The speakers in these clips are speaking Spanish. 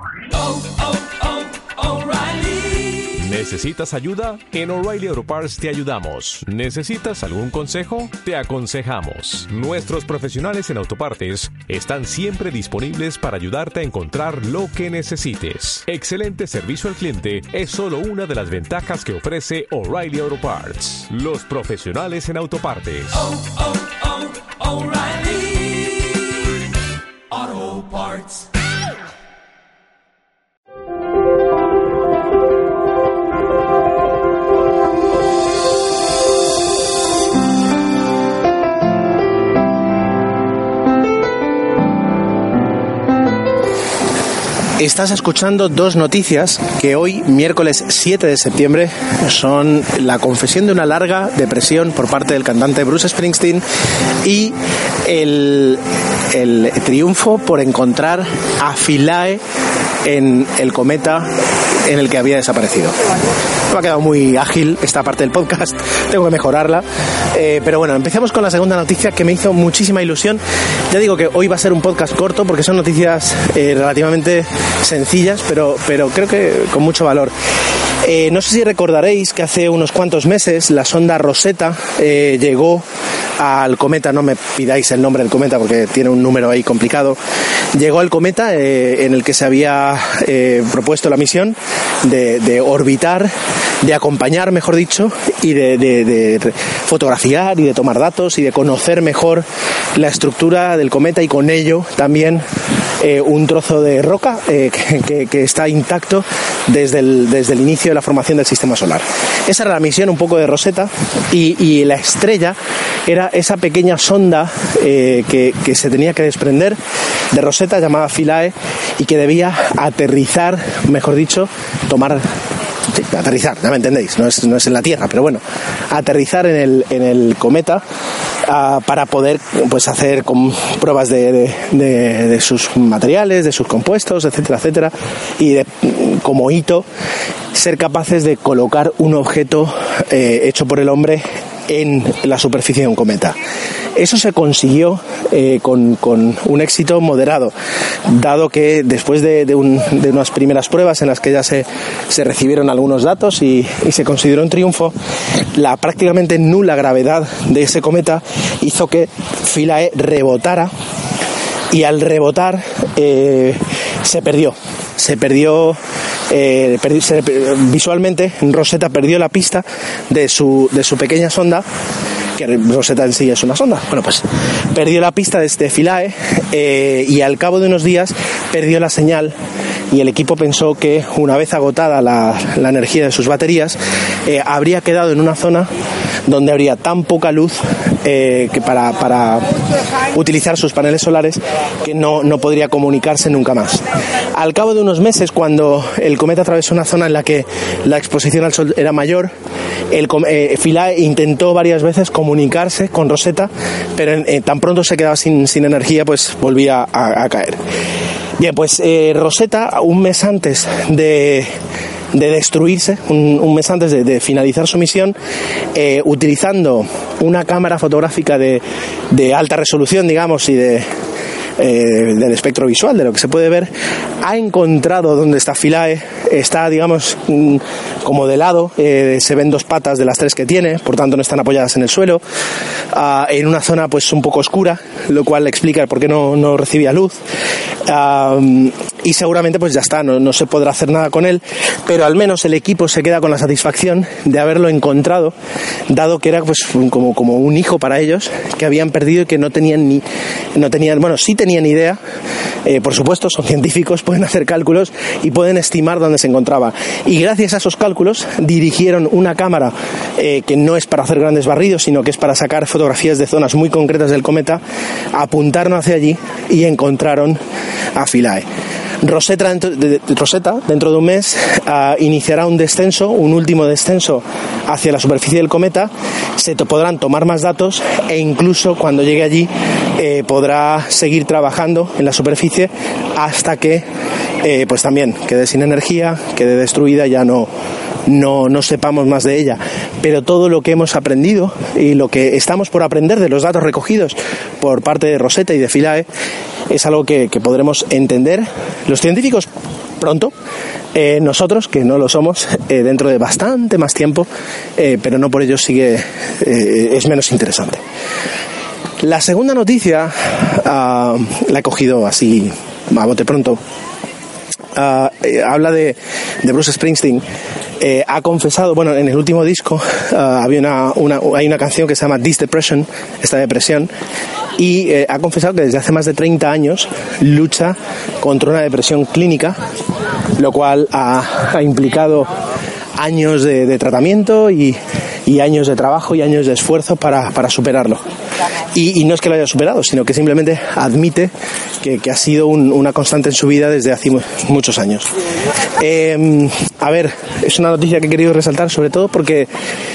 ¿Necesitas ayuda? En O'Reilly Auto Parts te ayudamos. ¿Necesitas algún consejo? Te aconsejamos. Nuestros profesionales en autopartes están siempre disponibles para ayudarte a encontrar lo que necesites. Excelente servicio al cliente es solo una de las ventajas que ofrece O'Reilly Auto Parts. Los profesionales en autopartes. O'Reilly Auto Parts. Estás escuchando dos noticias que hoy, miércoles 7 de septiembre, son la confesión de una larga depresión por parte del cantante Bruce Springsteen y el triunfo por encontrar a Philae en el cometa en el que había desaparecido. Me ha quedado muy ágil esta parte del podcast, tengo que mejorarla, pero bueno, empecemos con la segunda noticia que me hizo muchísima ilusión. Ya digo que hoy va a ser un podcast corto porque son noticias relativamente sencillas, pero creo que con mucho valor. No sé si recordaréis que hace unos cuantos meses la sonda Rosetta llegó al cometa, no me pidáis el nombre del cometa porque tiene un número ahí complicado, llegó al cometa en el que se había propuesto la misión de orbitar, de acompañar, mejor dicho, y de fotografiar y de tomar datos y de conocer mejor la estructura del cometa y con ello también un trozo de roca que está intacto desde el inicio de la formación del sistema solar. Esa era la misión un poco de Rosetta y la estrella era esa pequeña sonda que se tenía que desprender de Rosetta llamada Philae y que debía aterrizar, mejor dicho, aterrizar, ya me entendéis, no es en la Tierra, pero bueno, aterrizar en el cometa para poder pues hacer pruebas de sus materiales, de sus compuestos, etcétera, etcétera, y como hito ser capaces de colocar un objeto hecho por el hombre en la superficie de un cometa. Eso se consiguió con un éxito moderado, dado que después de unas primeras pruebas en las que ya se recibieron algunos datos y se consideró un triunfo, la prácticamente nula gravedad de ese cometa hizo que Philae rebotara y al rebotar se perdió. Visualmente Rosetta perdió la pista de su pequeña sonda, que Rosetta en sí es una sonda. Bueno, pues perdió la pista de Philae y al cabo de unos días perdió la señal y el equipo pensó que una vez agotada la energía de sus baterías habría quedado en una zona donde habría tan poca luz que para utilizar sus paneles solares que no podría comunicarse nunca más. Al cabo de unos meses, cuando el cometa atravesó una zona en la que la exposición al sol era mayor, Philae intentó varias veces comunicarse con Rosetta, pero tan pronto se quedaba sin energía, pues volvía a caer. Bien, pues Rosetta, un mes antes de destruirse, un mes antes de finalizar su misión, utilizando una cámara fotográfica de alta resolución, digamos, y del espectro visual, de lo que se puede ver, ha encontrado dónde está Philae. Está, digamos, como de lado, se ven dos patas de las tres que tiene, por tanto no están apoyadas en el suelo, en una zona pues un poco oscura, lo cual explica por qué no recibía luz, y seguramente pues ya está, no se podrá hacer nada con él, pero al menos el equipo se queda con la satisfacción de haberlo encontrado, dado que era pues como un hijo para ellos, que habían perdido y que sí tenían idea. Por supuesto, son científicos, pueden hacer cálculos y pueden estimar dónde se encontraba. Y gracias a esos cálculos dirigieron una cámara que no es para hacer grandes barridos, sino que es para sacar fotografías de zonas muy concretas del cometa, apuntaron hacia allí y encontraron a Philae. Rosetta, dentro de un mes, iniciará un último descenso hacia la superficie del cometa. Se podrán tomar más datos e incluso cuando llegue allí podrá seguir trabajando en la superficie hasta que pues también quede sin energía, quede destruida, ya no sepamos más de ella. Pero todo lo que hemos aprendido y lo que estamos por aprender de los datos recogidos por parte de Rosetta y de Philae es algo que podremos entender los científicos pronto, nosotros, que no lo somos, dentro de bastante más tiempo, pero no por ello es menos interesante. La segunda noticia la he cogido así a bote pronto. Habla de Bruce Springsteen. Ha confesado, bueno, en el último disco hay una canción que se llama This Depression, esta depresión, y ha confesado que desde hace más de 30 años lucha contra una depresión clínica, lo cual ha implicado años de tratamiento y años de trabajo y años de esfuerzo para superarlo. Y no es que lo haya superado, sino que simplemente admite que ha sido una constante en su vida desde hace muchos años. A ver, es una noticia que he querido resaltar sobre todo porque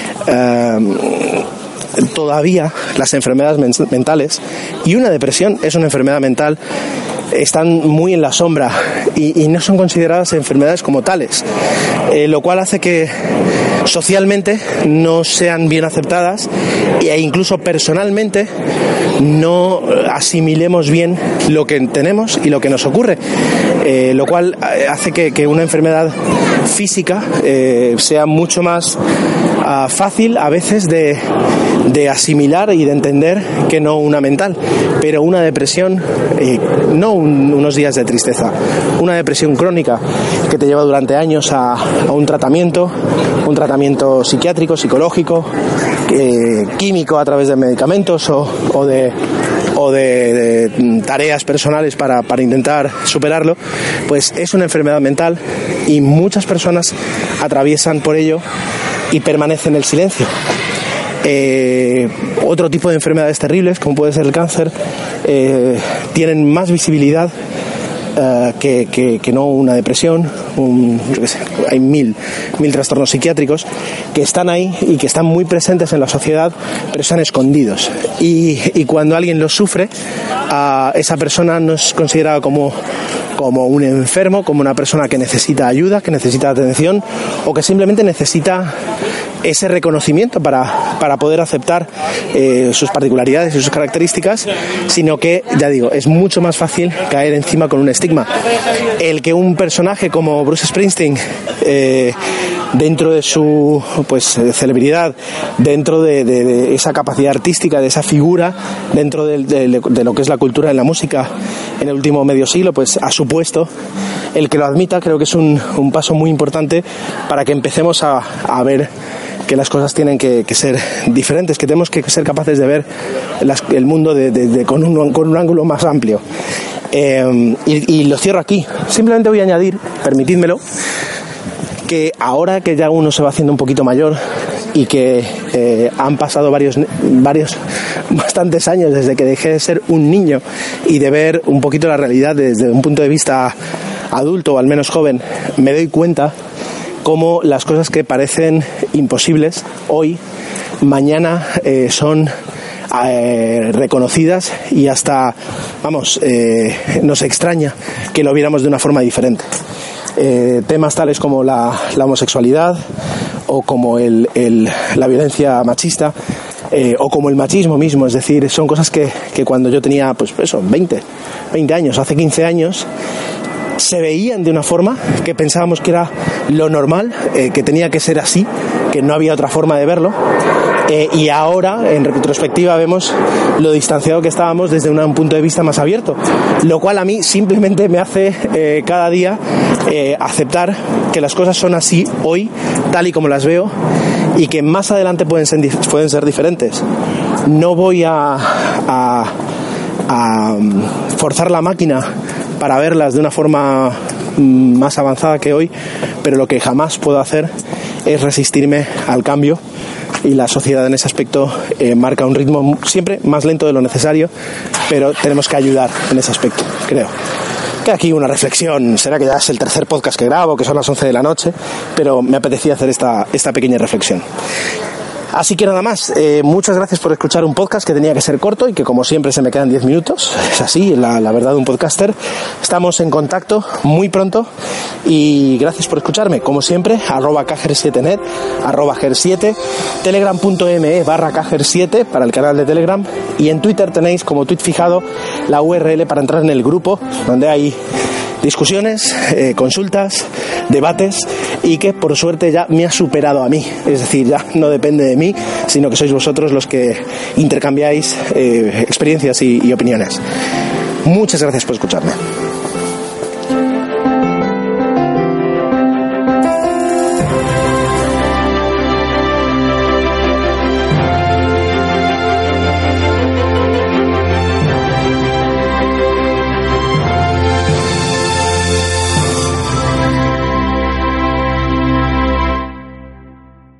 todavía las enfermedades mentales, y una depresión es una enfermedad mental, están muy en la sombra y no son consideradas enfermedades como tales, lo cual hace que socialmente no sean bien aceptadas e incluso personalmente no asimilemos bien lo que tenemos y lo que nos ocurre, lo cual hace que una enfermedad física sea mucho más fácil a veces de asimilar y de entender que no una mental, pero una depresión, no unos días de tristeza, una depresión crónica que te lleva durante años a un tratamiento psiquiátrico, psicológico, químico a través de medicamentos o de tareas personales para intentar superarlo, pues es una enfermedad mental y muchas personas atraviesan por ello y permanecen en el silencio. Otro tipo de enfermedades terribles, como puede ser el cáncer, tienen más visibilidad que no una depresión. Hay mil trastornos psiquiátricos que están ahí y que están muy presentes en la sociedad, pero están escondidos. Y cuando alguien los sufre, esa persona no es considerada como un enfermo, como una persona que necesita ayuda, que necesita atención o que simplemente necesita ese reconocimiento para poder aceptar sus particularidades y sus características, sino que, ya digo, es mucho más fácil caer encima con un estigma. El que un personaje como Bruce Springsteen, dentro de su celebridad, dentro de esa capacidad artística, de esa figura, dentro de lo que es la cultura de la música en el último medio siglo, pues ha supuesto el que lo admita. Creo que es un paso muy importante para que empecemos a ver que las cosas tienen que ser diferentes, que tenemos que ser capaces de ver el mundo con un ángulo más amplio. Y lo cierro aquí. Simplemente voy a añadir, permitidmelo, que ahora que ya uno se va haciendo un poquito mayor y que han pasado bastantes años desde que dejé de ser un niño y de ver un poquito la realidad desde un punto de vista adulto o al menos joven, me doy cuenta cómo las cosas que parecen imposibles hoy, mañana son reconocidas y hasta, nos extraña que lo viéramos de una forma diferente. Temas tales como la homosexualidad o como la violencia machista o como el machismo mismo, es decir, son cosas que cuando yo tenía 20 años, hace 15 años, se veían de una forma que pensábamos que era lo normal, que tenía que ser así, que no había otra forma de verlo, y ahora en retrospectiva vemos lo distanciado que estábamos desde un punto de vista más abierto, lo cual a mí simplemente me hace cada día aceptar que las cosas son así hoy, tal y como las veo, y que más adelante pueden ser diferentes. No voy a forzar la máquina para verlas de una forma más avanzada que hoy, pero lo que jamás puedo hacer es resistirme al cambio, y la sociedad en ese aspecto marca un ritmo siempre más lento de lo necesario, pero tenemos que ayudar en ese aspecto, creo. Queda aquí una reflexión, será que ya es el tercer podcast que grabo, que son las 11 de la noche, pero me apetecía hacer esta pequeña reflexión. Así que nada más, muchas gracias por escuchar un podcast que tenía que ser corto y que como siempre se me quedan 10 minutos. Es así, la verdad de un podcaster. Estamos en contacto muy pronto y gracias por escucharme. Como siempre, @kager7net, @ger7, telegram.me/kager7 para el canal de Telegram, y en Twitter tenéis como tweet fijado la URL para entrar en el grupo donde hay discusiones, consultas, debates, y que por suerte ya me ha superado a mí. Es decir, ya no depende de mí, sino que sois vosotros los que intercambiáis experiencias y opiniones. Muchas gracias por escucharme.